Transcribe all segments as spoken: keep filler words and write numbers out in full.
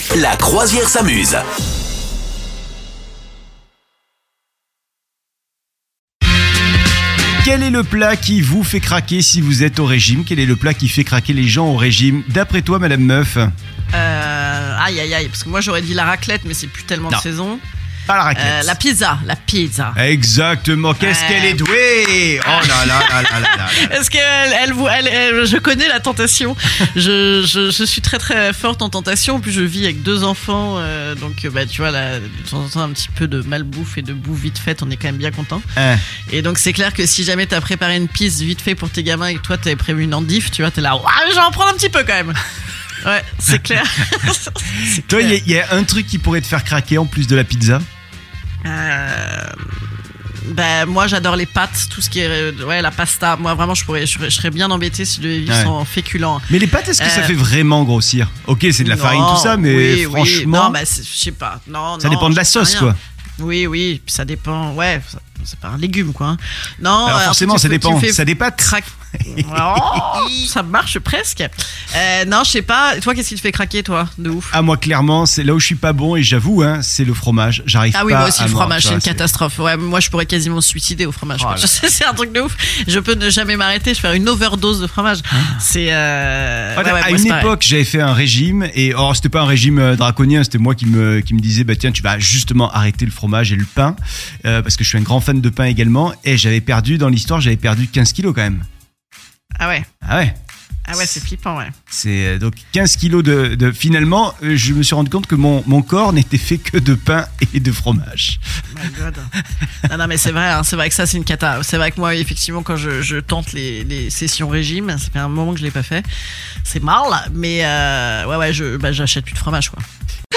La croisière s'amuse. Quel est le plat qui vous fait craquer si vous êtes au régime ? Quel est le plat qui fait craquer les gens au régime ? D'après toi, Madame Meuf ? Euh, aïe aïe aïe, parce que moi j'aurais dit la raclette, mais c'est plus tellement Non. de saison. Pas la raclette. Euh, la pizza, la pizza. Exactement. Qu'est-ce Ouais. qu'elle est douée ! Oh là là là là là là. Est-ce qu'elle, elle, vous- elle, elle- je connais la tentation. Je, je, je suis très très forte en tentation. Puis je vis avec deux enfants, euh, donc bah tu vois là, de temps en temps un petit peu de malbouffe et de bouffe vite faite, on est quand même bien content. Hein. Et donc c'est clair que si jamais t'as préparé une pizza vite fait pour tes gamins et que toi t'avais prévu une endive, tu vois, t'es là, ouais, je vais en prendre un petit peu quand même. Ouais, c'est clair. C'est Toi, clair. il y, y a un truc qui pourrait te faire craquer en plus de la pizza ? Euh, ben moi j'adore les pâtes, tout ce qui est euh, ouais la pasta. Moi vraiment je pourrais, je, serais- je serais bien embêté si je devais vivre Ouais. sans féculents. Mais les pâtes, est-ce que ça Euh, fait vraiment grossir ? Ok, c'est de la Non, farine, tout ça, mais oui, oui. franchement, non, bah, c'est- je sais pas. Non, ça non, dépend de la j'en sais sauce, rien. quoi. Oui, oui, puis ça dépend. Ouais, ça- c'est pas un légume, quoi. hein. Non, Alors euh, forcément, ensuite, ça il faut- dépend. tu fais Ça des pâtes. craque. Oh, ça marche presque. Euh, non, je sais pas. Toi, qu'est-ce qui te fait craquer, toi, de ouf? Ah, moi, clairement, c'est là où je suis pas bon, et j'avoue, hein, c'est le fromage. J'arrive pas Ah oui, moi aussi, à le mordre, fromage, tu c'est une vois, catastrophe. Ouais, moi, je pourrais quasiment me suicider au fromage. Oh quoi. là Je sais, c'est un truc de ouf. Je peux ne jamais m'arrêter. Je vais faire une overdose de fromage. C'est. Euh... Ouais, ouais, ouais, à moi, une c'est pareil. époque, j'avais fait un régime, et or c'était pas un régime euh, draconien, c'était moi qui me qui me disais bah tiens, tu vas justement arrêter le fromage et le pain, euh, parce que je suis un grand fan de pain également, et j'avais perdu dans l'histoire, j'avais perdu quinze kilos quand même. Ah ouais. Ah ouais. Ah ouais, c'est flippant, ouais. C'est euh, donc quinze kilos de, de finalement, euh, je me suis rendu compte que mon mon corps n'était fait que de pain et de fromage. My God. Non, non, mais c'est vrai, hein, c'est vrai que ça, c'est une cata. C'est vrai que moi, effectivement, quand je, je tente les, les sessions régime, ça fait un moment que je l'ai pas fait. C'est mal, mais euh, ouais, ouais, je, bah, j'achète plus de fromage, quoi.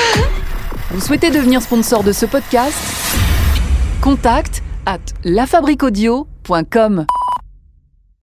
Vous souhaitez devenir sponsor de ce podcast ? Contact à lafabriquaudio point com.